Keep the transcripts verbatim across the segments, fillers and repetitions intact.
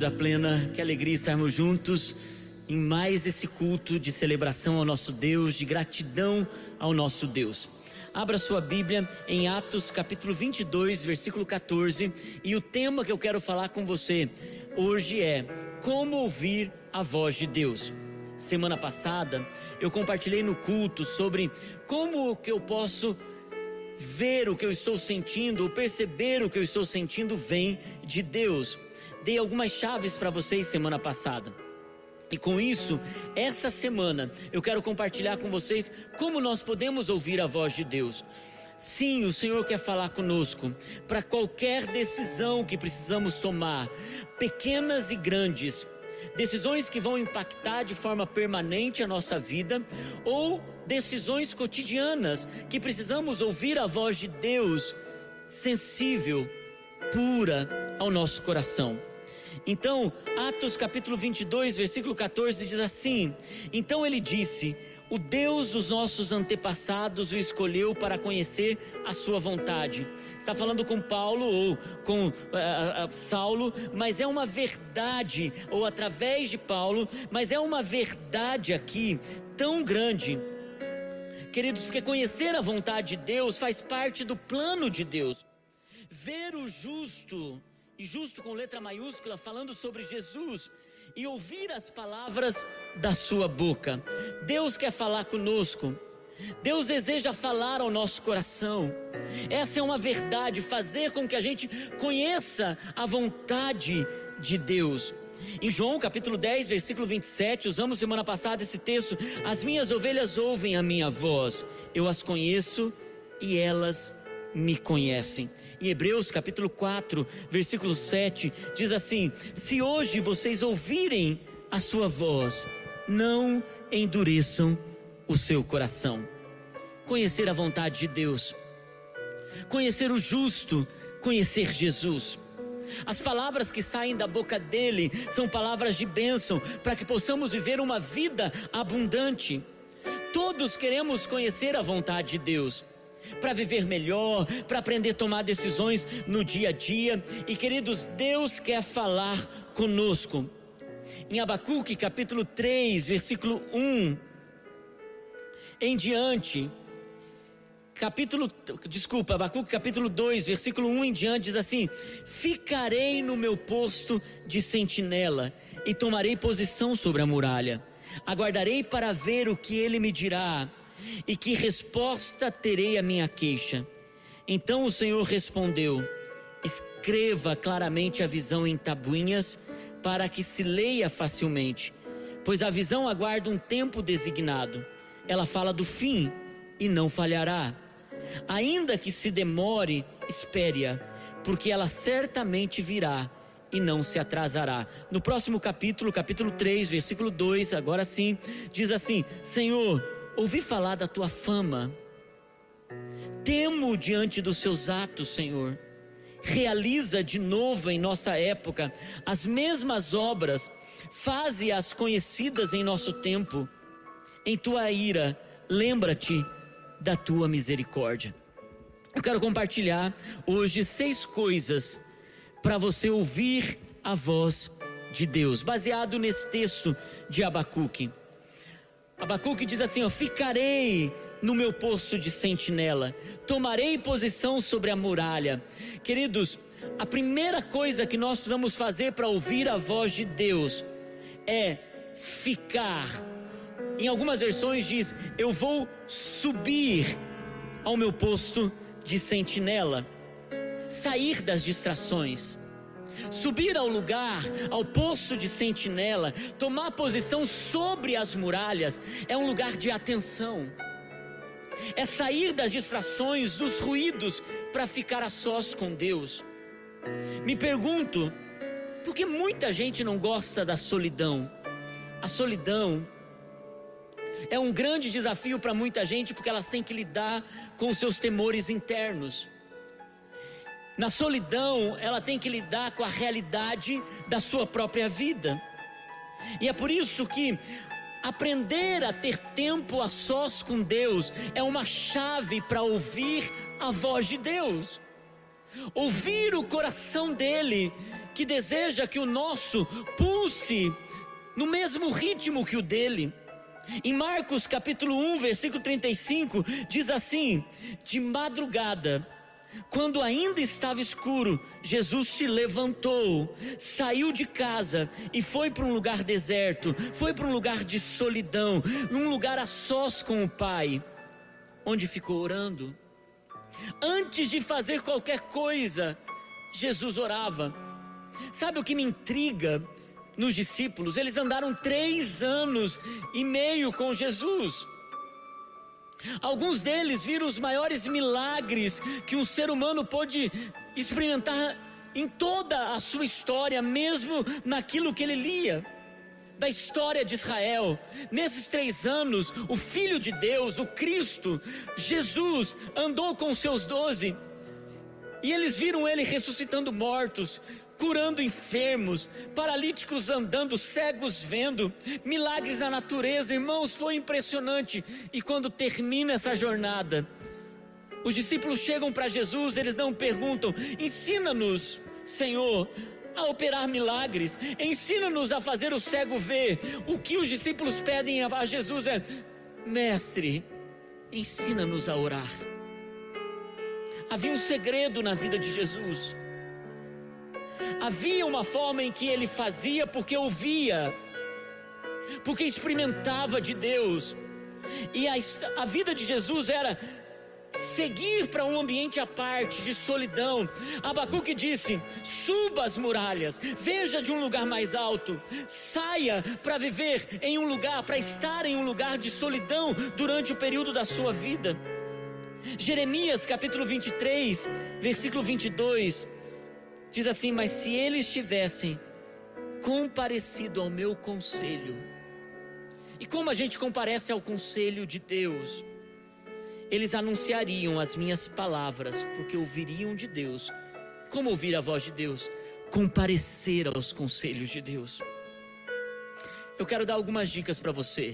Vida Plena, que alegria estarmos juntos em mais esse culto de celebração ao nosso Deus, de gratidão ao nosso Deus. Abra sua Bíblia em Atos capítulo vinte e dois, versículo quatorze, e o tema que eu quero falar com você hoje é como ouvir a voz de Deus. Semana passada eu compartilhei no culto sobre como que eu posso ver o que eu estou sentindo, ou perceber o que eu estou sentindo vem de Deus. Dei algumas chaves para vocês semana passada. E com isso, essa semana eu quero compartilhar com vocês como nós podemos ouvir a voz de Deus. Sim, o Senhor quer falar conosco para qualquer decisão que precisamos tomar, pequenas e grandes, decisões que vão impactar de forma permanente a nossa vida, ou decisões cotidianas que precisamos ouvir a voz de Deus sensível, pura ao nosso coração. Então, Atos capítulo vinte e dois, versículo quatorze diz assim: então ele disse: o Deus dos nossos antepassados o escolheu para conhecer a sua vontade. Está falando com Paulo ou com uh, uh, Saulo, mas é uma verdade, ou através de Paulo, mas é uma verdade aqui tão grande, queridos, porque conhecer a vontade de Deus faz parte do plano de Deus. Ver o justo, e justo com letra maiúscula, falando sobre Jesus, e ouvir as palavras da sua boca. Deus quer falar conosco, Deus deseja falar ao nosso coração. Essa é uma verdade, fazer com que a gente conheça a vontade de Deus. Em João capítulo dez, versículo vinte e sete, usamos semana passada esse texto: as minhas ovelhas ouvem a minha voz, eu as conheço e elas me conhecem. Em Hebreus capítulo quatro, versículo sete, diz assim: se hoje vocês ouvirem a sua voz, não endureçam o seu coração. Conhecer a vontade de Deus, conhecer o justo, conhecer Jesus. As palavras que saem da boca dele são palavras de bênção, para que possamos viver uma vida abundante. Todos queremos conhecer a vontade de Deus, para viver melhor, para aprender a tomar decisões no dia a dia. E queridos, Deus quer falar conosco. Em Abacuque capítulo três, versículo um em diante, capítulo, desculpa, Abacuque capítulo dois, versículo um em diante, diz assim: ficarei no meu posto de sentinela e tomarei posição sobre a muralha, aguardarei para ver o que ele me dirá e que resposta terei à minha queixa. Então o Senhor respondeu: escreva claramente a visão em tabuinhas, para que se leia facilmente, pois a visão aguarda um tempo designado. Ela fala do fim e não falhará. Ainda que se demore, espere-a, porque ela certamente virá e não se atrasará. No próximo capítulo, capítulo três, versículo dois, agora sim, diz assim: Senhor, ouvi falar da tua fama, temo diante dos seus atos, Senhor. Realiza de novo em nossa época as mesmas obras, faze-as conhecidas em nosso tempo. Em tua ira, lembra-te da tua misericórdia. Eu quero compartilhar hoje seis coisas para você ouvir a voz de Deus, baseado nesse texto de Abacuque. Abacuque diz assim: ó, ficarei no meu posto de sentinela, tomarei posição sobre a muralha. Queridos, a primeira coisa que nós precisamos fazer para ouvir a voz de Deus é ficar. Em algumas versões diz: eu vou subir ao meu posto de sentinela, sair das distrações, subir ao lugar, ao posto de sentinela, tomar posição sobre as muralhas. É um lugar de atenção, é sair das distrações, dos ruídos, para ficar a sós com Deus. Me pergunto, por que muita gente não gosta da solidão? A solidão é um grande desafio para muita gente, porque elas têm que lidar com os seus temores internos. Na solidão, ela tem que lidar com a realidade da sua própria vida. E é por isso que aprender a ter tempo a sós com Deus é uma chave para ouvir a voz de Deus. ouvir o coração dele, que deseja que o nosso pulse no mesmo ritmo que o dele. Em Marcos capítulo um, versículo trinta e cinco, diz assim: de madrugada, quando ainda estava escuro, Jesus se levantou, saiu de casa e foi para um lugar deserto, foi para um lugar de solidão, num lugar a sós com o Pai, onde ficou orando. Antes de fazer qualquer coisa, Jesus orava. Sabe o que me intriga nos discípulos? Eles andaram três anos e meio com Jesus. Alguns deles viram os maiores milagres que um ser humano pôde experimentar em toda a sua história, mesmo naquilo que ele lia da história de Israel. Nesses três anos, o Filho de Deus, o Cristo, Jesus, andou com os seus doze, e eles viram ele ressuscitando mortos, curando enfermos, paralíticos andando, cegos vendo, milagres na natureza. Irmãos, foi impressionante. E quando termina essa jornada, os discípulos chegam para Jesus, eles não perguntam: ensina-nos, Senhor, a operar milagres, ensina-nos a fazer o cego ver. O que os discípulos pedem a Jesus é: mestre, ensina-nos a orar. Havia um segredo na vida de Jesus. Havia uma forma em que ele fazia porque ouvia, porque experimentava de Deus. E a, a vida de Jesus era seguir para um ambiente à parte, de solidão. Abacuque disse: suba as muralhas, veja de um lugar mais alto, saia para viver em um lugar, para estar em um lugar de solidão durante o período da sua vida. Jeremias capítulo vinte e três, versículo vinte e dois, diz assim: mas se eles tivessem comparecido ao meu conselho. E como a gente comparece ao conselho de Deus? Eles anunciariam as minhas palavras, porque ouviriam de Deus. Como ouvir a voz de Deus? Comparecer aos conselhos de Deus. Eu quero dar algumas dicas para você.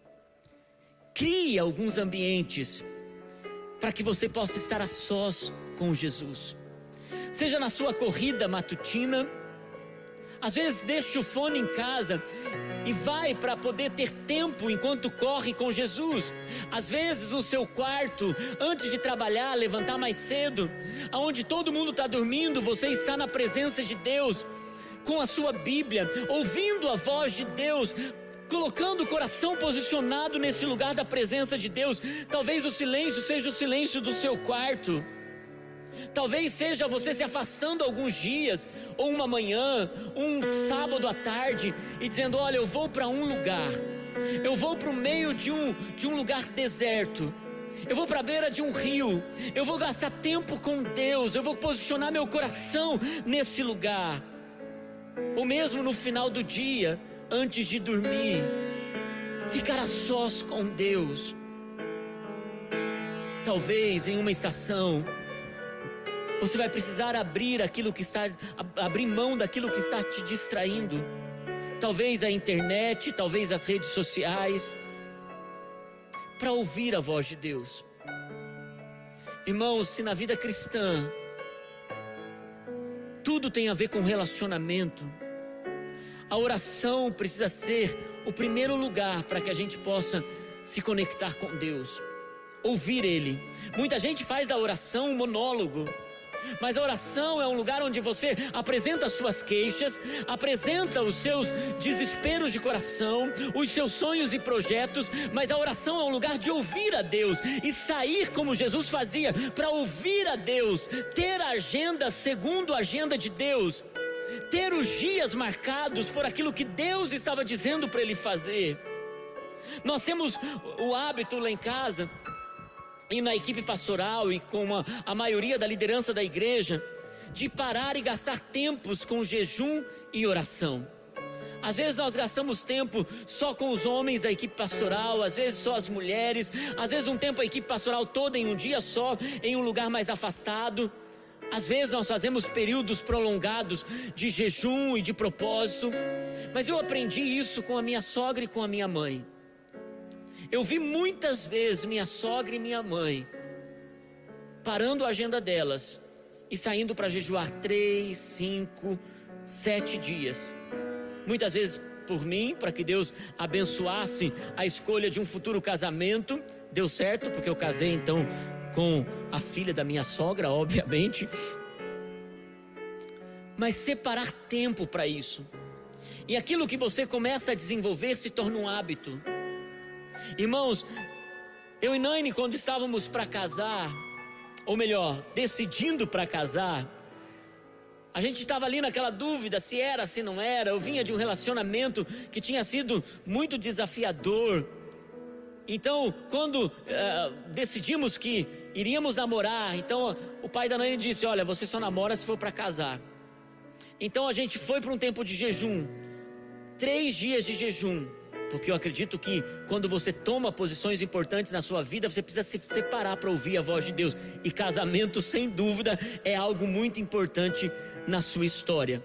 Crie alguns ambientes para que você possa estar a sós com Jesus. Seja na sua corrida matutina, às vezes deixa o fone em casa e vai para poder ter tempo enquanto corre com Jesus. Às vezes no seu quarto, antes de trabalhar, levantar mais cedo, aonde todo mundo está dormindo, você está na presença de Deus, com a sua Bíblia, ouvindo a voz de Deus, colocando o coração posicionado nesse lugar da presença de Deus. Talvez o silêncio seja o silêncio do seu quarto. Talvez seja você se afastando alguns dias, ou uma manhã, um sábado à tarde, e dizendo: olha, eu vou para um lugar, eu vou para o meio de um, de um lugar deserto, eu vou para a beira de um rio, eu vou gastar tempo com Deus, eu vou posicionar meu coração nesse lugar. Ou mesmo no final do dia, antes de dormir, ficar a sós com Deus. Talvez em uma estação você vai precisar abrir aquilo que está, abrir mão daquilo que está te distraindo. Talvez a internet, talvez as redes sociais, para ouvir a voz de Deus. Irmãos, se na vida cristã tudo tem a ver com relacionamento, a oração precisa ser o primeiro lugar para que a gente possa se conectar com Deus, ouvir Ele. Muita gente faz da oração um monólogo, mas a oração é um lugar onde você apresenta as suas queixas, apresenta os seus desesperos de coração, os seus sonhos e projetos. Mas a oração é um lugar de ouvir a Deus e sair como Jesus fazia, para ouvir a Deus, ter a agenda segundo a agenda de Deus, ter os dias marcados por aquilo que Deus estava dizendo para ele fazer. Nós temos o hábito lá em casa, e na equipe pastoral e com a, a maioria da liderança da igreja, de parar e gastar tempos com jejum e oração. Às vezes nós gastamos tempo só com os homens da equipe pastoral, às vezes só as mulheres, às vezes um tempo a equipe pastoral toda em um dia só, em um lugar mais afastado. Às vezes nós fazemos períodos prolongados de jejum e de propósito. Mas eu aprendi isso com a minha sogra e com a minha mãe. Eu vi muitas vezes minha sogra e minha mãe parando a agenda delas e saindo para jejuar três, cinco, sete dias. Muitas vezes por mim, para que Deus abençoasse a escolha de um futuro casamento. Deu certo, porque eu casei então com a filha da minha sogra, obviamente. Mas separar tempo para isso. E aquilo que você começa a desenvolver se torna um hábito. Irmãos, eu e Naine, quando estávamos para casar, ou melhor, decidindo para casar, a gente estava ali naquela dúvida se era, se não era. Eu vinha de um relacionamento que tinha sido muito desafiador. Então, quando uh, decidimos que iríamos namorar, então o pai da Naine disse: olha, você só namora se for para casar. Então a gente foi para um tempo de jejum, três dias de jejum, porque eu acredito que quando você toma posições importantes na sua vida, você precisa se separar para ouvir a voz de Deus. E casamento, sem dúvida, é algo muito importante na sua história.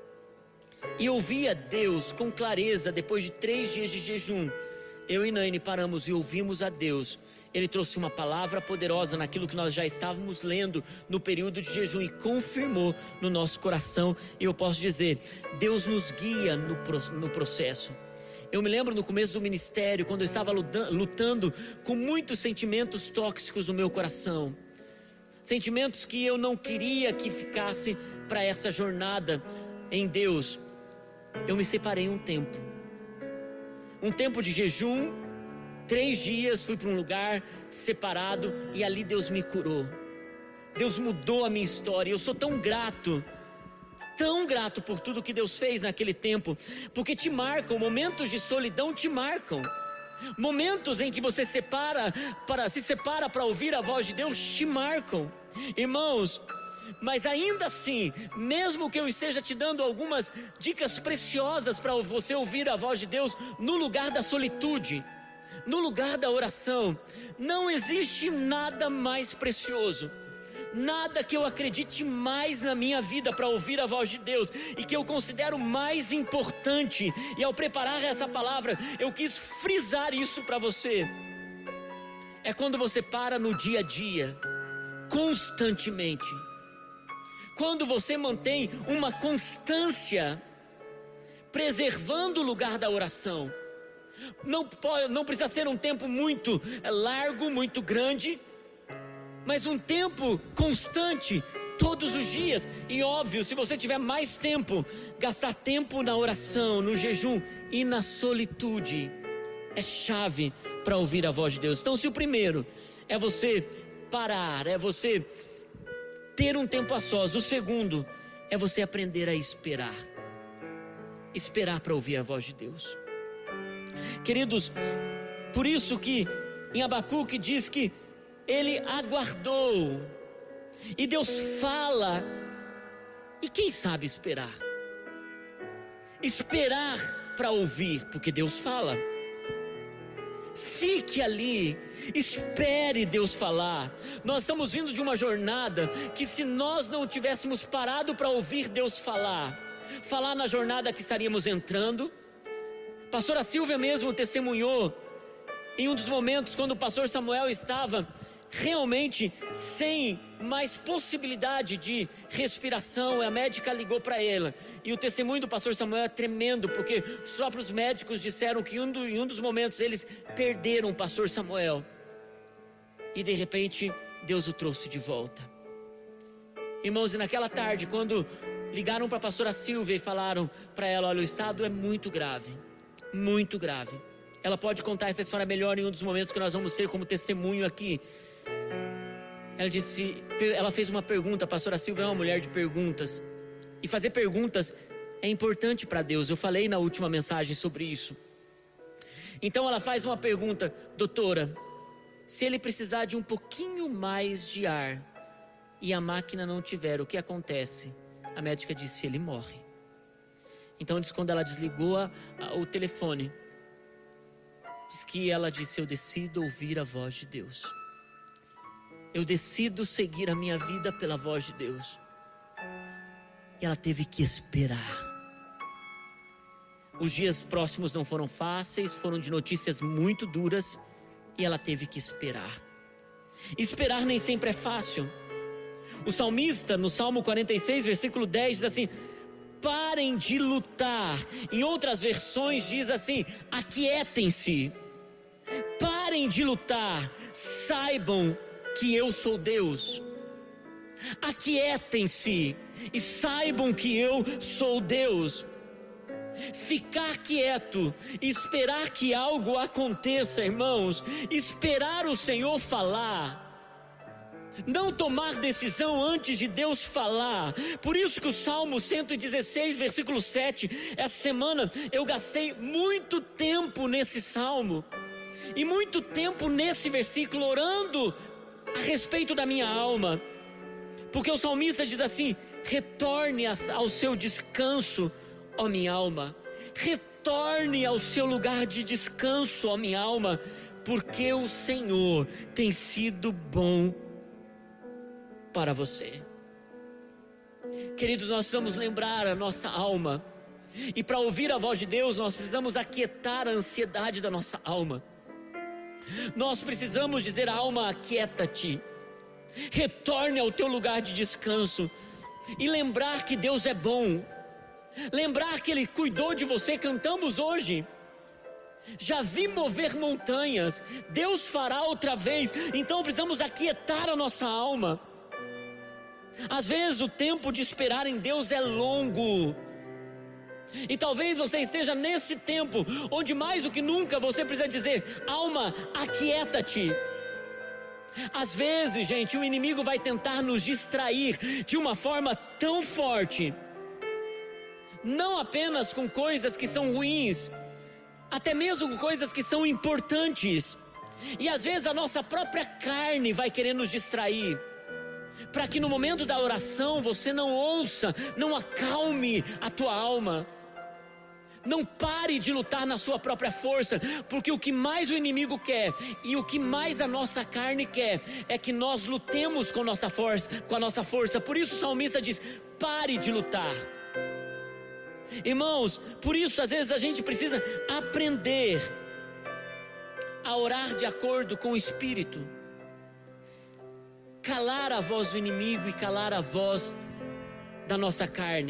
E ouvir a Deus com clareza depois de três dias de jejum. Eu e Naine paramos e ouvimos a Deus. Ele trouxe uma palavra poderosa naquilo que nós já estávamos lendo no período de jejum e confirmou no nosso coração. E eu posso dizer, Deus nos guia no, no processo. Eu me lembro no começo do ministério, quando eu estava lutando com muitos sentimentos tóxicos no meu coração. Sentimentos que eu não queria que ficasse para essa jornada em Deus. Eu me separei um tempo. Um tempo de jejum, três dias, fui para um lugar separado e ali Deus me curou. Deus mudou a minha história. Eu sou tão grato. Tão grato por tudo que Deus fez naquele tempo, porque te marcam, momentos de solidão te marcam, momentos em que você separa para, se separa para ouvir a voz de Deus te marcam, irmãos. Mas ainda assim, mesmo que eu esteja te dando algumas dicas preciosas para você ouvir a voz de Deus no lugar da solitude, no lugar da oração, não existe nada mais precioso. Nada que eu acredite mais na minha vida para ouvir a voz de Deus e que eu considero mais importante. E ao preparar essa palavra, eu quis frisar isso para você. É quando você para no dia a dia, constantemente. Quando você mantém uma constância, preservando o lugar da oração. Não, pode, não precisa ser um tempo muito largo, muito grande, mas um tempo constante, todos os dias. E óbvio, se você tiver mais tempo, gastar tempo na oração, no jejum e na solitude é chave para ouvir a voz de Deus. Então, se o primeiro é você parar, é você ter um tempo a sós, o segundo é você aprender a esperar. Esperar para ouvir a voz de Deus. Queridos, por isso que em Abacuque diz que ele aguardou, e Deus fala, e quem sabe esperar? Esperar para ouvir, porque Deus fala. Fique ali, espere Deus falar. Nós estamos vindo de uma jornada que, se nós não tivéssemos parado para ouvir Deus falar, falar na jornada que estaríamos entrando. Pastora Silvia mesmo testemunhou em um dos momentos quando o pastor Samuel estava realmente sem mais possibilidade de respiração. A médica ligou para ela, e o testemunho do pastor Samuel é tremendo, porque os próprios médicos disseram que um do, em um dos momentos eles perderam o pastor Samuel, e de repente Deus o trouxe de volta. Irmãos, e naquela tarde, quando ligaram para a pastora Silvia e falaram para ela: olha, o estado é muito grave, muito grave. Ela pode contar essa história melhor em um dos momentos que nós vamos ter como testemunho aqui. Ela disse, ela fez uma pergunta. A pastora Silvia é uma mulher de perguntas, e fazer perguntas é importante para Deus. Eu falei na última mensagem sobre isso. Então ela faz uma pergunta: doutora, se ele precisar de um pouquinho mais de ar e a máquina não tiver, o que acontece? A médica disse: ele morre. Então diz, quando ela desligou a, a, o telefone, diz que ela disse: eu decido ouvir a voz de Deus. Eu decido seguir a minha vida pela voz de Deus. E ela teve que esperar. Os dias próximos não foram fáceis, foram de notícias muito duras, e ela teve que esperar. Esperar nem sempre é fácil. O salmista, no Salmo quarenta e seis, versículo dez, diz assim: parem de lutar. Em outras versões diz assim: aquietem-se. Parem de lutar, saibam que eu sou Deus. Aquietem-se e saibam que eu sou Deus. Ficar quieto, esperar que algo aconteça, irmãos, esperar o Senhor falar, não tomar decisão antes de Deus falar. Por isso que o Salmo cento e dezesseis, versículo sete, essa semana eu gastei muito tempo nesse salmo, e muito tempo nesse versículo, orando a respeito da minha alma, porque o salmista diz assim: retorne ao seu descanso, ó minha alma, retorne ao seu lugar de descanso, ó minha alma, porque o Senhor tem sido bom para você. Queridos, nós precisamos lembrar a nossa alma, e para ouvir a voz de Deus, nós precisamos aquietar a ansiedade da nossa alma. Nós precisamos dizer à alma: aquieta-te, retorne ao teu lugar de descanso, e lembrar que Deus é bom, lembrar que Ele cuidou de você. Cantamos hoje: já vi mover montanhas, Deus fará outra vez. Então precisamos aquietar a nossa alma. Às vezes o tempo de esperar em Deus é longo, e talvez você esteja nesse tempo onde mais do que nunca você precisa dizer: alma, aquieta-te. Às vezes, gente, o inimigo vai tentar nos distrair de uma forma tão forte, não apenas com coisas que são ruins, até mesmo com coisas que são importantes. E às vezes a nossa própria carne vai querer nos distrair, para que no momento da oração você não ouça, não acalme a tua alma. Não pare de lutar na sua própria força, porque o que mais o inimigo quer, e o que mais a nossa carne quer, é que nós lutemos com, nossa força, com a nossa força. Por isso o salmista diz: pare de lutar. Irmãos, por isso às vezes a gente precisa aprender a orar de acordo com o Espírito, calar a voz do inimigo e calar a voz da nossa carne,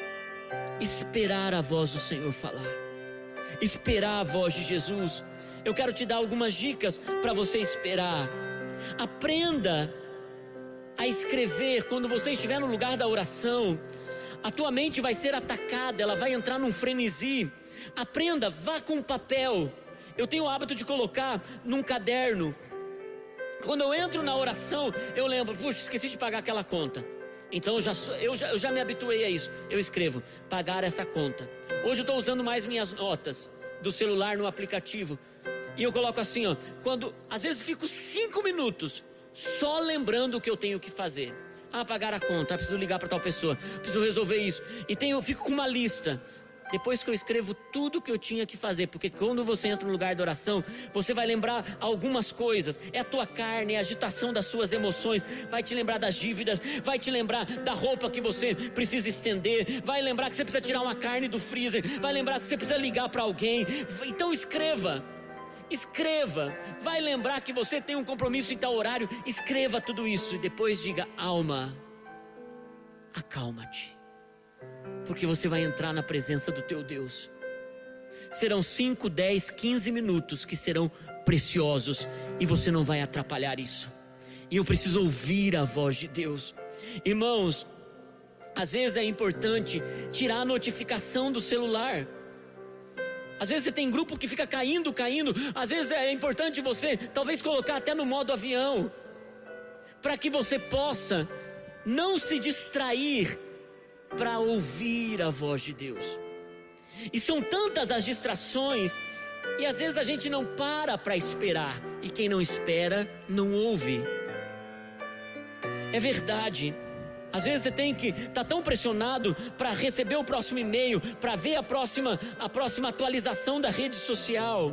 esperar a voz do Senhor falar, esperar a voz de Jesus. Eu quero te dar algumas dicas para você esperar. Aprenda a escrever. Quando você estiver no lugar da oração, a tua mente vai ser atacada, ela vai entrar num frenesi. Aprenda, vá com papel. Eu tenho o hábito de colocar num caderno. Quando eu entro na oração, eu lembro: puxa, esqueci de pagar aquela conta. Então eu já, eu, já, eu já me habituei a isso. Eu escrevo: pagar essa conta. Hoje eu estou usando mais minhas notas do celular no aplicativo, e eu coloco assim, ó, quando às vezes fico cinco minutos só lembrando o que eu tenho que fazer. Ah, pagar a conta, ah, preciso ligar para tal pessoa, preciso resolver isso. E tenho, eu fico com uma lista. Depois que eu escrevo tudo o que eu tinha que fazer, porque quando você entra no lugar da oração, você vai lembrar algumas coisas. É a tua carne, é a agitação das suas emoções, vai te lembrar das dívidas, vai te lembrar da roupa que você precisa estender, vai lembrar que você precisa tirar uma carne do freezer, vai lembrar que você precisa ligar para alguém. Então escreva, escreva. Vai lembrar que você tem um compromisso em tal horário. Escreva tudo isso e depois diga: alma, acalma-te, porque você vai entrar na presença do teu Deus. Serão cinco, dez, quinze minutos que serão preciosos, e você não vai atrapalhar isso. E eu preciso ouvir a voz de Deus. Irmãos, às vezes é importante tirar a notificação do celular. Às vezes você tem grupo que fica caindo, caindo. Às vezes é importante você talvez colocar até no modo avião, para que você possa não se distrair, para ouvir a voz de Deus. E são tantas as distrações, e às vezes a gente não para para esperar, e quem não espera não ouve. É verdade. Às vezes você tem que estar tá tão pressionado para receber o próximo e-mail, para ver a próxima, a próxima atualização da rede social.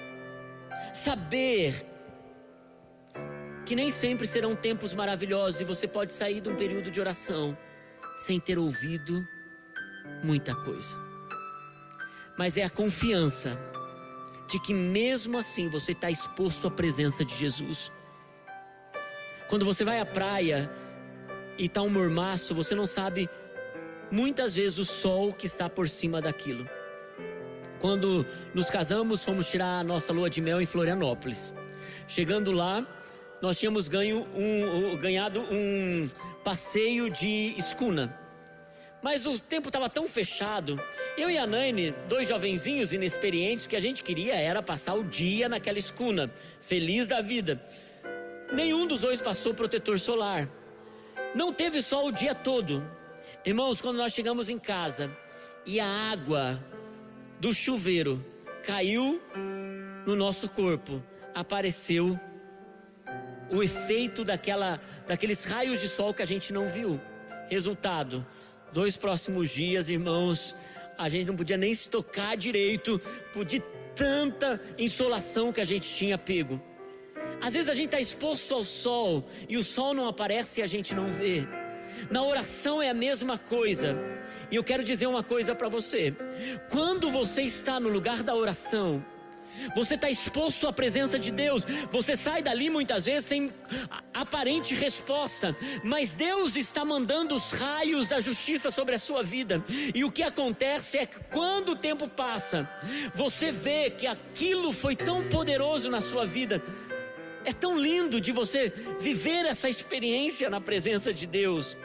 Saber que nem sempre serão tempos maravilhosos, e você pode sair de um período de oração sem ter ouvido muita coisa. Mas é a confiança de que mesmo assim você está exposto à presença de Jesus. Quando você vai à praia e está um mormaço, você não sabe muitas vezes o sol que está por cima daquilo. Quando nos casamos, fomos tirar a nossa lua de mel em Florianópolis. Chegando lá, nós tínhamos ganho um, ganhado um passeio de escuna. Mas o tempo estava tão fechado, eu e a Naine, dois jovenzinhos inexperientes, que a gente queria era passar o dia naquela escuna, feliz da vida. Nenhum dos dois passou protetor solar. Não teve sol o dia todo. Irmãos, quando nós chegamos em casa e a água do chuveiro caiu no nosso corpo, apareceu o efeito daquela, daqueles raios de sol que a gente não viu. Resultado, dois próximos dias, irmãos, a gente não podia nem se tocar direito por de tanta insolação que a gente tinha pego. Às vezes a gente está exposto ao sol e o sol não aparece e a gente não vê. Na oração é a mesma coisa. E eu quero dizer uma coisa para você: quando você está no lugar da oração, você está exposto à presença de Deus. Você sai dali muitas vezes sem aparente resposta, mas Deus está mandando os raios da justiça sobre a sua vida. E o que acontece é que quando o tempo passa, você vê que aquilo foi tão poderoso na sua vida. É tão lindo de você viver essa experiência na presença de Deus.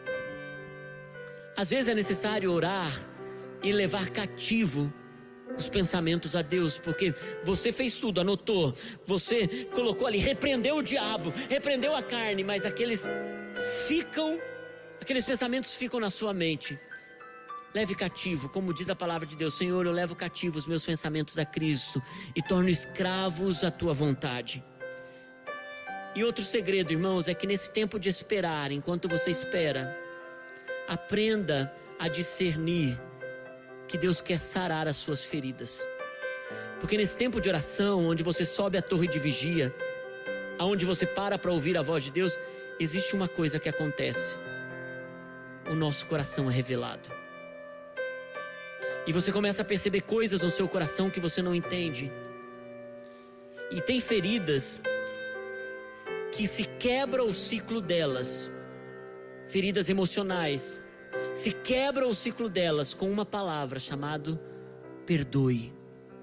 Às vezes é necessário orar e levar cativo os pensamentos a Deus, porque você fez tudo, anotou, você colocou ali, repreendeu o diabo, repreendeu a carne, mas aqueles ficam, aqueles pensamentos ficam na sua mente. Leve cativo, como diz a palavra de Deus: Senhor, eu levo cativo os meus pensamentos a Cristo e torno escravos a tua vontade. E outro segredo, irmãos, é que nesse tempo de esperar, enquanto você espera, aprenda a discernir que Deus quer sarar as suas feridas. Porque nesse tempo de oração, onde você sobe a torre de vigia, aonde você para para ouvir a voz de Deus, existe uma coisa que acontece: o nosso coração é revelado. E você começa a perceber coisas no seu coração que você não entende. E tem feridas que se quebra o ciclo delas, feridas emocionais, se quebra o ciclo delas com uma palavra chamada perdoe.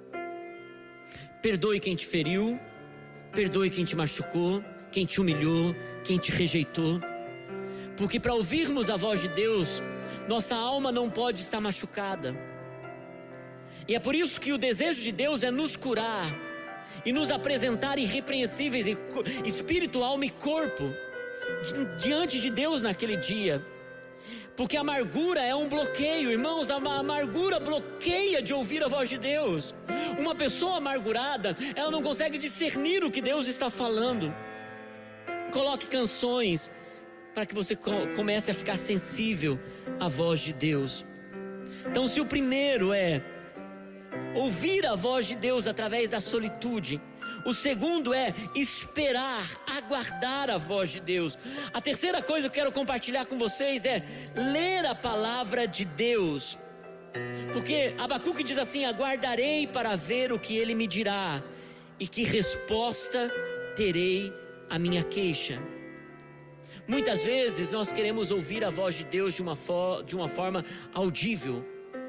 Perdoe quem te feriu, perdoe quem te machucou, quem te humilhou, quem te rejeitou. Porque para ouvirmos a voz de Deus, nossa alma não pode estar machucada. E é por isso que o desejo de Deus é nos curar e nos apresentar irrepreensíveis em espírito, alma e corpo diante de Deus naquele dia. Porque a amargura é um bloqueio, irmãos. A amargura bloqueia de ouvir a voz de Deus. Uma pessoa amargurada, ela não consegue discernir o que Deus está falando. Coloque canções para que você comece a ficar sensível à voz de Deus. Então, se o primeiro é ouvir a voz de Deus através da solitude, o segundo é esperar, aguardar a voz de Deus. A terceira coisa que eu quero compartilhar com vocês é ler a palavra de Deus. Porque Abacuque diz assim: aguardarei para ver o que ele me dirá, e que resposta terei à minha queixa. Muitas vezes nós queremos ouvir a voz de Deus de uma, fo- de uma forma audível.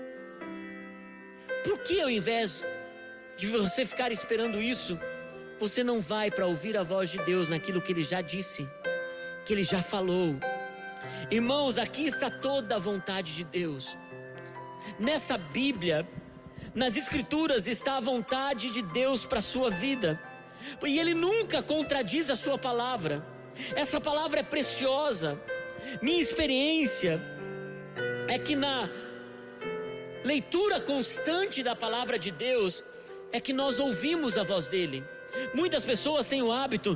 Por que ao invés de você ficar esperando isso, você não vai para ouvir a voz de Deus naquilo que Ele já disse, que Ele já falou? Irmãos, aqui está toda a vontade de Deus. Nessa Bíblia, nas Escrituras, está a vontade de Deus para a sua vida. E Ele nunca contradiz a sua palavra. Essa palavra é preciosa. Minha experiência é que na leitura constante da palavra de Deus é que nós ouvimos a voz dele. Muitas pessoas têm o hábito,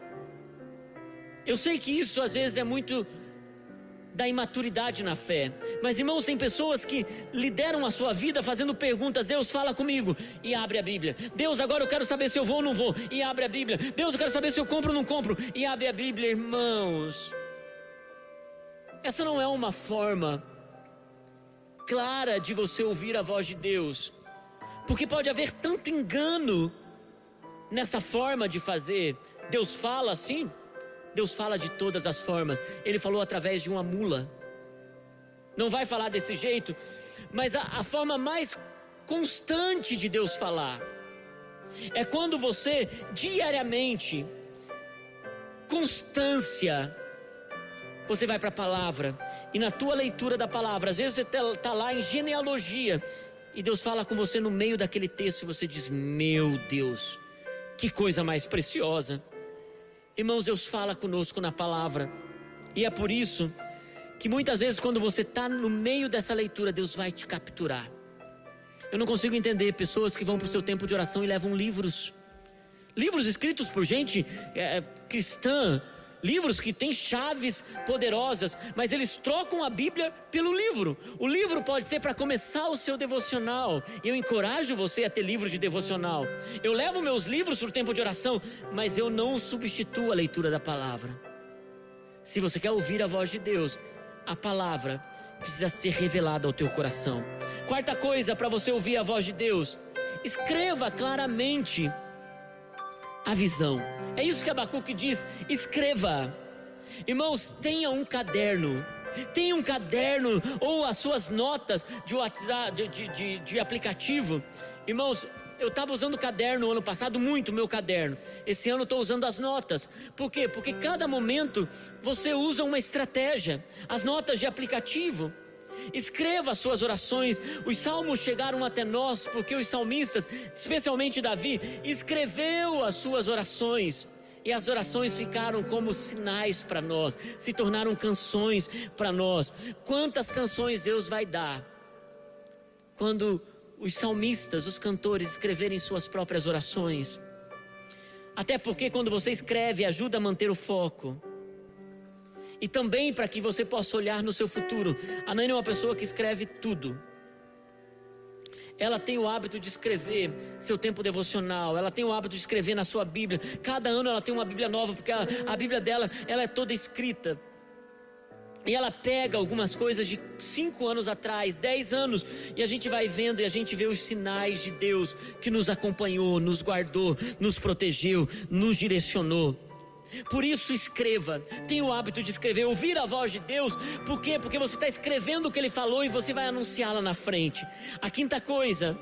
eu sei que isso às vezes é muito da imaturidade na fé, mas irmãos, tem pessoas que lideram a sua vida fazendo perguntas: Deus, fala comigo, e abre a Bíblia. Deus, agora eu quero saber se eu vou ou não vou, e abre a Bíblia. Deus, eu quero saber se eu compro ou não compro, e abre a Bíblia. Irmãos, essa não é uma forma clara de você ouvir a voz de Deus, porque pode haver tanto engano nessa forma de fazer. Deus fala assim? Deus fala de todas as formas. Ele falou através de uma mula. Não vai falar desse jeito, mas a, a forma mais constante de Deus falar é quando você diariamente, constância, você vai para a palavra, e na tua leitura da palavra, às vezes você está lá em genealogia, e Deus fala com você no meio daquele texto, e você diz: meu Deus, que coisa mais preciosa. Irmãos, Deus fala conosco na palavra, e é por isso que muitas vezes quando você está no meio dessa leitura, Deus vai te capturar. Eu não consigo entender pessoas que vão para o seu tempo de oração e levam livros, livros escritos por gente é, cristã, livros que têm chaves poderosas, mas eles trocam a Bíblia pelo livro. O livro pode ser para começar o seu devocional, e eu encorajo você a ter livros de devocional. Eu levo meus livros para o tempo de oração, mas eu não substituo a leitura da palavra. Se você quer ouvir a voz de Deus, a palavra precisa ser revelada ao teu coração. Quarta coisa para você ouvir a voz de Deus: escreva claramente a visão. É isso que Abacuque diz: escreva. Irmãos, tenha um caderno, tenha um caderno ou as suas notas de WhatsApp, de, de, de, de aplicativo. Irmãos, eu estava usando caderno ano passado, muito meu caderno. Esse ano eu estou usando as notas. Por quê? Porque cada momento você usa uma estratégia. As notas de aplicativo. Escreva as suas orações. Os salmos chegaram até nós porque os salmistas, especialmente Davi, escreveu as suas orações. E as orações ficaram como sinais para nós, se tornaram canções para nós. Quantas canções Deus vai dar quando os salmistas, os cantores, escreverem suas próprias orações? Até porque quando você escreve, ajuda a manter o foco. E também para que você possa olhar no seu futuro. A Nani é uma pessoa que escreve tudo. Ela tem o hábito de escrever seu tempo devocional. Ela tem o hábito de escrever na sua Bíblia. Cada ano ela tem uma Bíblia nova, porque a, a Bíblia dela, ela é toda escrita. E ela pega algumas coisas de cinco anos atrás, dez anos, e a gente vai vendo e a gente vê os sinais de Deus que nos acompanhou, nos guardou, nos protegeu, nos direcionou. Por isso escreva, tenha o hábito de escrever, ouvir a voz de Deus. Por quê? Porque você está escrevendo o que Ele falou e você vai anunciá-la na frente. A quinta coisa: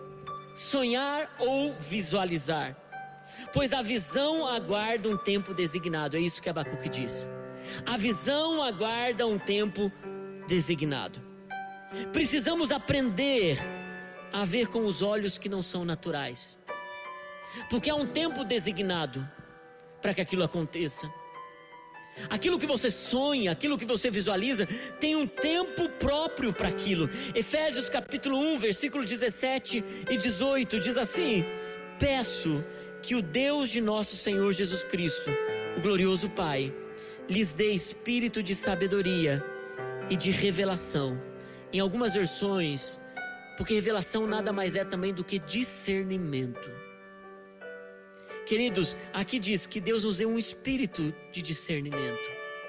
sonhar ou visualizar, pois a visão aguarda um tempo designado. É isso que Abacuque diz. A visão aguarda um tempo designado. Precisamos aprender a ver com os olhos que não são naturais, porque há um tempo designado para que aquilo aconteça. Aquilo que você sonha, aquilo que você visualiza, tem um tempo próprio para aquilo. Efésios capítulo um, versículo dezessete e dezoito diz assim: peço que o Deus de nosso Senhor Jesus Cristo, o glorioso Pai, lhes dê espírito de sabedoria e de revelação. Em algumas versões, porque revelação nada mais é também do que discernimento. Queridos, aqui diz que Deus nos deu um espírito de discernimento.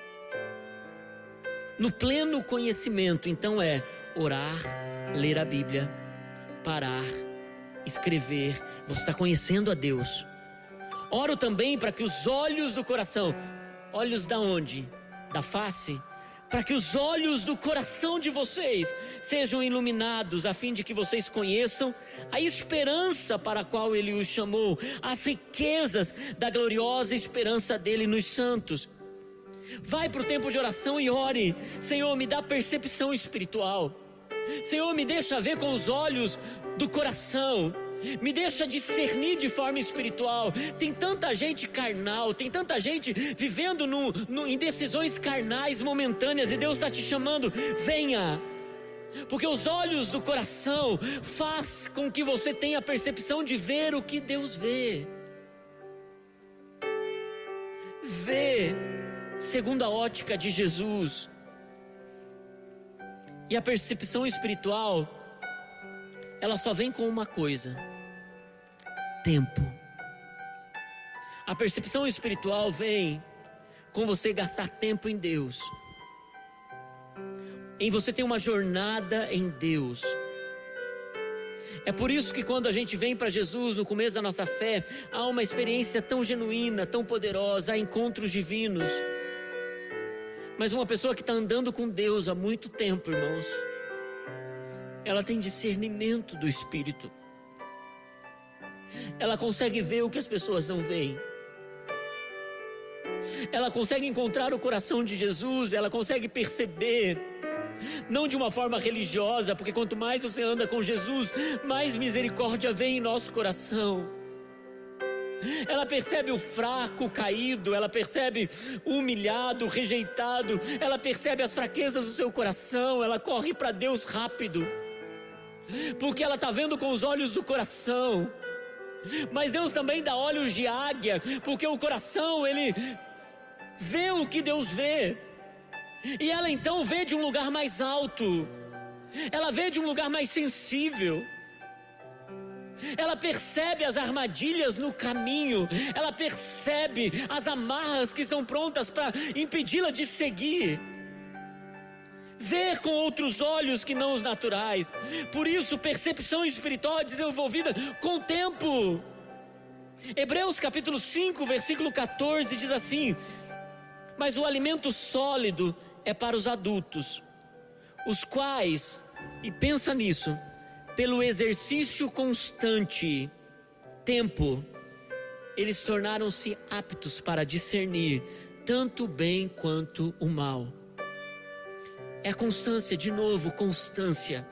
No pleno conhecimento, então é orar, ler a Bíblia, parar, escrever. Você está conhecendo a Deus. Oro também para que os olhos do coração, olhos da onde? Da face? Para que os olhos do coração de vocês sejam iluminados, a fim de que vocês conheçam a esperança para a qual Ele os chamou, as riquezas da gloriosa esperança dEle nos santos. Vai para o tempo de oração e ore: Senhor, me dá percepção espiritual. Senhor, me deixa ver com os olhos do coração. Me deixa discernir de forma espiritual. Tem tanta gente carnal, tem tanta gente vivendo no, no, em decisões carnais momentâneas, e Deus está te chamando: venha, porque os olhos do coração faz com que você tenha a percepção de ver o que Deus vê. Vê segundo a ótica de Jesus. E a percepção espiritual, ela só vem com uma coisa: tempo. A percepção espiritual vem com você gastar tempo em Deus, em você ter uma jornada em Deus. É por isso que quando a gente vem para Jesus no começo da nossa fé, há uma experiência tão genuína, tão poderosa, há encontros divinos. Mas uma pessoa que está andando com Deus há muito tempo, irmãos, ela tem discernimento do Espírito. Ela consegue ver o que as pessoas não veem. Ela consegue encontrar o coração de Jesus, ela consegue perceber, não de uma forma religiosa, porque quanto mais você anda com Jesus, mais misericórdia vem em nosso coração. Ela percebe o fraco, o caído, ela percebe o humilhado, o rejeitado, ela percebe as fraquezas do seu coração, ela corre para Deus rápido, porque ela está vendo com os olhos do coração. Mas Deus também dá olhos de águia, porque o coração, ele vê o que Deus vê, e ela então vê de um lugar mais alto, ela vê de um lugar mais sensível. Ela percebe as armadilhas no caminho, ela percebe as amarras que são prontas para impedi-la de seguir. Ver com outros olhos que não os naturais. Por isso, percepção espiritual é desenvolvida com o tempo. Hebreus capítulo cinco, versículo quatorze diz assim: mas o alimento sólido é para os adultos, os quais, e pensa nisso, pelo exercício constante, tempo, eles tornaram-se aptos para discernir tanto o bem quanto o mal. É a constância, de novo, constância.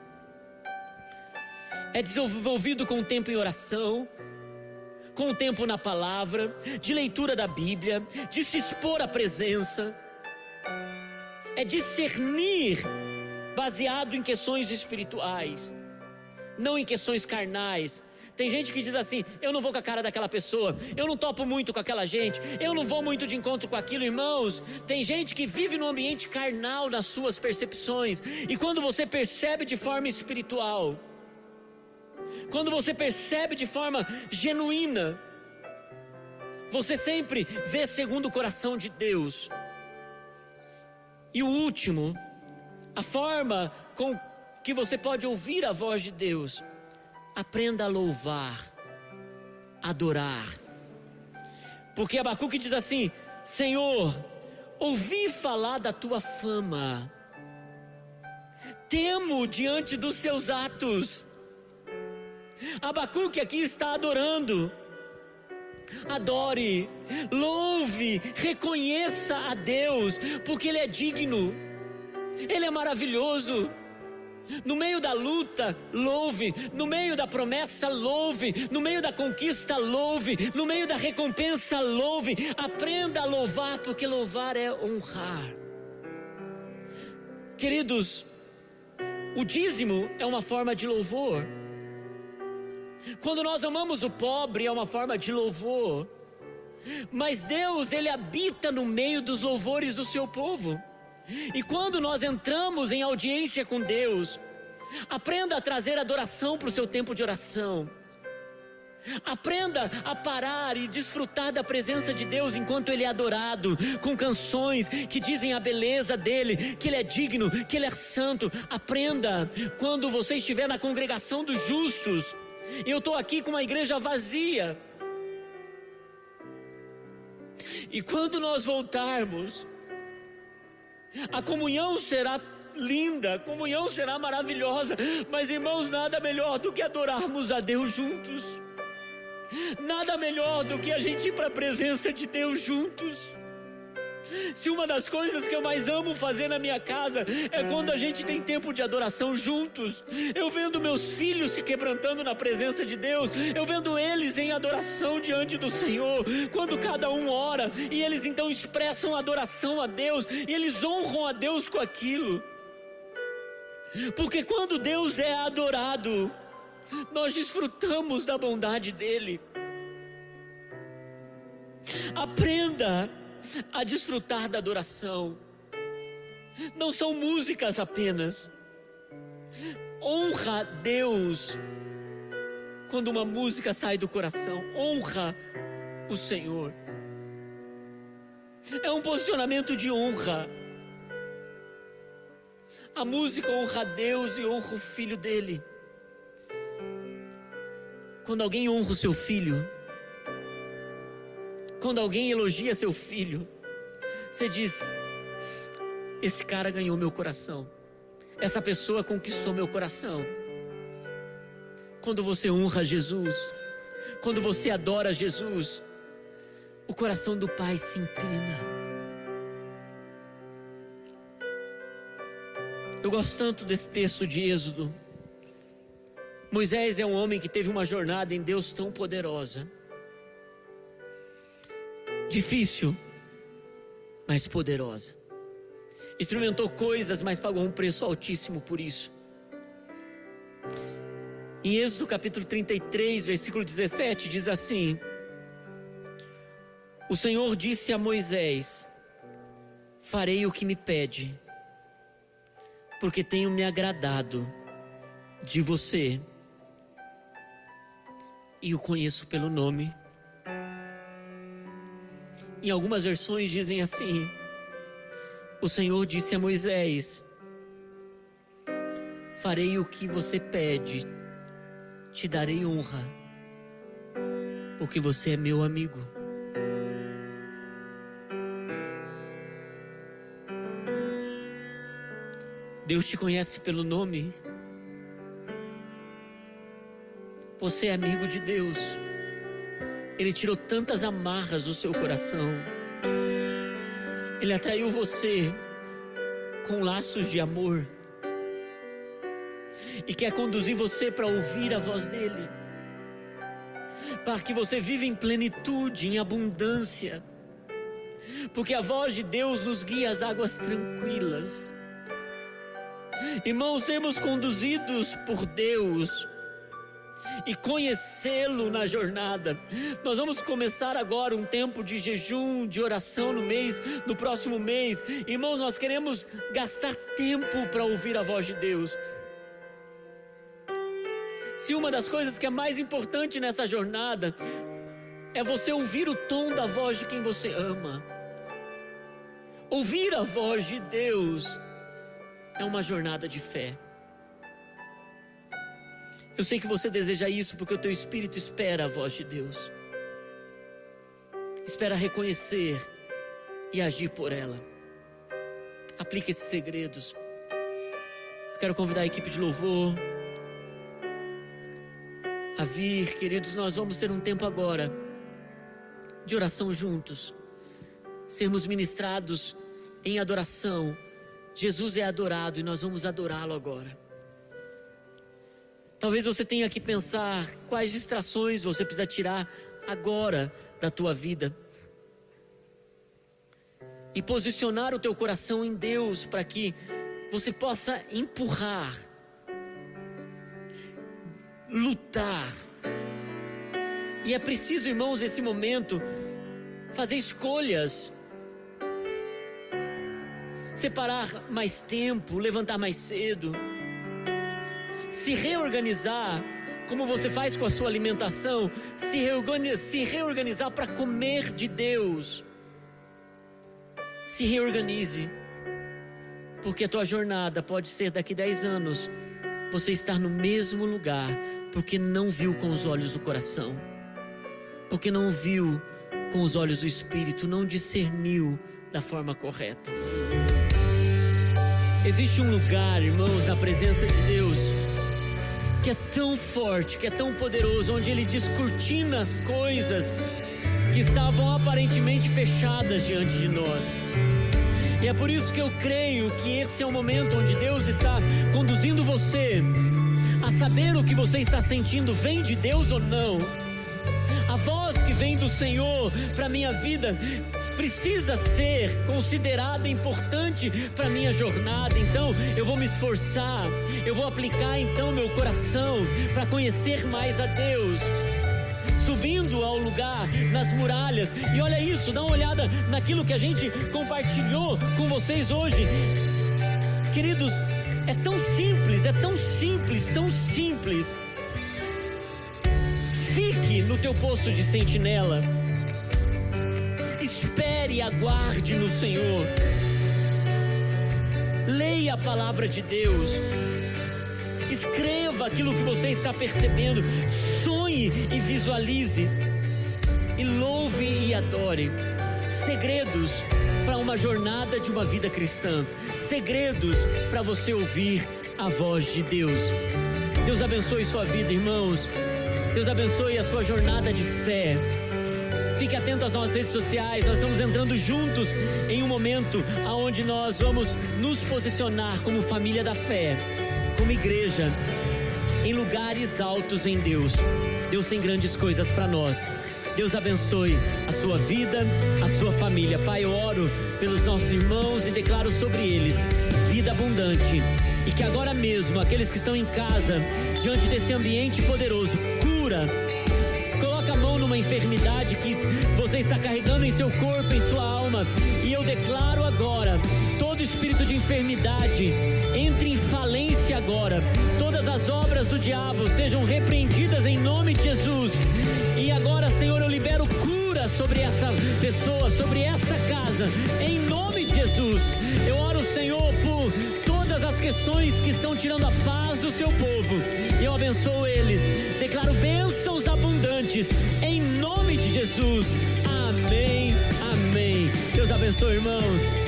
É desenvolvido com o tempo em oração, com o tempo na palavra, de leitura da Bíblia, de se expor à presença. É discernir baseado em questões espirituais, não em questões carnais. Tem gente que diz assim: eu não vou com a cara daquela pessoa, eu não topo muito com aquela gente, eu não vou muito de encontro com aquilo. Irmãos, tem gente que vive num ambiente carnal nas suas percepções. E quando você percebe de forma espiritual, quando você percebe de forma genuína, você sempre vê segundo o coração de Deus. E o último, a forma com que você pode ouvir a voz de Deus: aprenda a louvar, adorar. Porque Abacuque diz assim: Senhor, ouvi falar da tua fama, temo diante dos seus atos. Abacuque aqui está adorando. Adore, louve, reconheça a Deus, porque Ele é digno, Ele é maravilhoso. No meio da luta, louve. No meio da promessa, louve. No meio da conquista, louve. No meio da recompensa, louve. Aprenda a louvar, porque louvar é honrar. Queridos, o dízimo é uma forma de louvor. Quando nós amamos o pobre, é uma forma de louvor. Mas Deus, Ele habita no meio dos louvores do seu povo. E quando nós entramos em audiência com Deus, aprenda a trazer adoração para o seu tempo de oração. Aprenda a parar e desfrutar da presença de Deus enquanto Ele é adorado, com canções que dizem a beleza dEle, que Ele é digno, que Ele é santo. Aprenda, quando você estiver na congregação dos justos. Eu estou aqui com uma igreja vazia, e quando nós voltarmos, a comunhão será linda, a comunhão será maravilhosa. Mas, irmãos, nada melhor do que adorarmos a Deus juntos. Nada melhor do que a gente ir para a presença de Deus juntos. Se uma das coisas que eu mais amo fazer na minha casa é quando a gente tem tempo de adoração juntos, eu vendo meus filhos se quebrantando na presença de Deus, eu vendo eles em adoração diante do Senhor, quando cada um ora e eles então expressam adoração a Deus, e eles honram a Deus com aquilo. Porque quando Deus é adorado, nós desfrutamos da bondade dEle. Aprenda a desfrutar da adoração. Não são músicas apenas. Honra Deus quando uma música sai do coração. Honra o Senhor. É um posicionamento de honra. A música honra a Deus e honra o Filho dele. Quando alguém honra o seu filho, quando alguém elogia seu filho, você diz: esse cara ganhou meu coração, essa pessoa conquistou meu coração. Quando você honra Jesus, quando você adora Jesus, o coração do Pai se inclina. Eu gosto tanto desse texto de Êxodo. Moisés é um homem que teve uma jornada em Deus tão poderosa, difícil, mas poderosa. Experimentou coisas, mas pagou um preço altíssimo por isso. Em Êxodo capítulo trinta e três, versículo dezessete, diz assim: o Senhor disse a Moisés: farei o que me pede, porque tenho me agradado de você e o conheço pelo nome. Em algumas versões dizem assim: o Senhor disse a Moisés: farei o que você pede, te darei honra, porque você é meu amigo. Deus te conhece pelo nome. Você é amigo de Deus. Ele tirou tantas amarras do seu coração. Ele atraiu você com laços de amor e quer conduzir você para ouvir a voz dele, para que você viva em plenitude, em abundância, porque a voz de Deus nos guia às águas tranquilas. Irmãos, sermos conduzidos por Deus e conhecê-lo na jornada. Nós vamos começar agora um tempo de jejum, de oração no mês, no próximo mês. Irmãos, nós queremos gastar tempo para ouvir a voz de Deus. Se uma das coisas que é mais importante nessa jornada é você ouvir o tom da voz de quem você ama, ouvir a voz de Deus é uma jornada de fé. Eu sei que você deseja isso porque o teu espírito espera a voz de Deus, espera reconhecer e agir por ela. Aplique esses segredos. Eu quero convidar a equipe de louvor a vir. Queridos, nós vamos ter um tempo agora de oração juntos, sermos ministrados em adoração. Jesus é adorado e nós vamos adorá-lo agora. Talvez você tenha que pensar quais distrações você precisa tirar agora da tua vida e posicionar o teu coração em Deus para que você possa empurrar, lutar. E é preciso, irmãos, nesse momento fazer escolhas, separar mais tempo, levantar mais cedo, se reorganizar, como você faz com a sua alimentação, se reorganizar, se reorganizar para comer de Deus. Se reorganize, porque a tua jornada pode ser daqui dez anos, você estar no mesmo lugar, porque não viu com os olhos do coração, porque não viu com os olhos do Espírito, não discerniu da forma correta. Existe um lugar, irmãos, na presença de Deus, que é tão forte, que é tão poderoso, onde Ele descortina as coisas que estavam aparentemente fechadas diante de nós. E é por isso que eu creio que esse é o momento onde Deus está conduzindo você a saber o que você está sentindo vem de Deus ou não. A voz que vem do Senhor para minha vida precisa ser considerada importante para minha jornada. Então eu vou me esforçar, eu vou aplicar então meu coração para conhecer mais a Deus, subindo ao lugar, nas muralhas. E olha isso, dá uma olhada naquilo que a gente compartilhou com vocês hoje. Queridos, é tão simples, é tão simples, tão simples. Fique no teu posto de sentinela, espere e aguarde no Senhor, leia a palavra de Deus, escreva aquilo que você está percebendo, sonhe e visualize, e louve e adore. Segredos para uma jornada de uma vida cristã, segredos para você ouvir a voz de Deus. Deus abençoe sua vida, irmãos. Deus abençoe a sua jornada de fé. Fique atento às nossas redes sociais. Nós estamos entrando juntos em um momento onde nós vamos nos posicionar como família da fé, como igreja, em lugares altos em Deus. Deus tem grandes coisas para nós. Deus abençoe a sua vida, a sua família. Pai, eu oro pelos nossos irmãos e declaro sobre eles vida abundante. E que agora mesmo, aqueles que estão em casa, diante desse ambiente poderoso, cura. Coloca a mão numa enfermidade que você está carregando em seu corpo, em sua alma. E eu declaro agora, todo espírito de enfermidade entre em falência agora. Todas as obras do diabo sejam repreendidas em nome de Jesus. E agora, Senhor, eu libero cura sobre essa pessoa, sobre essa casa, em nome de Jesus. Eu oro, Senhor, por todas as questões que estão tirando a paz do seu povo. E eu abençoo eles. Declaro bênçãos abundantes, em nome de Jesus. Amém, amém. Deus abençoe, irmãos.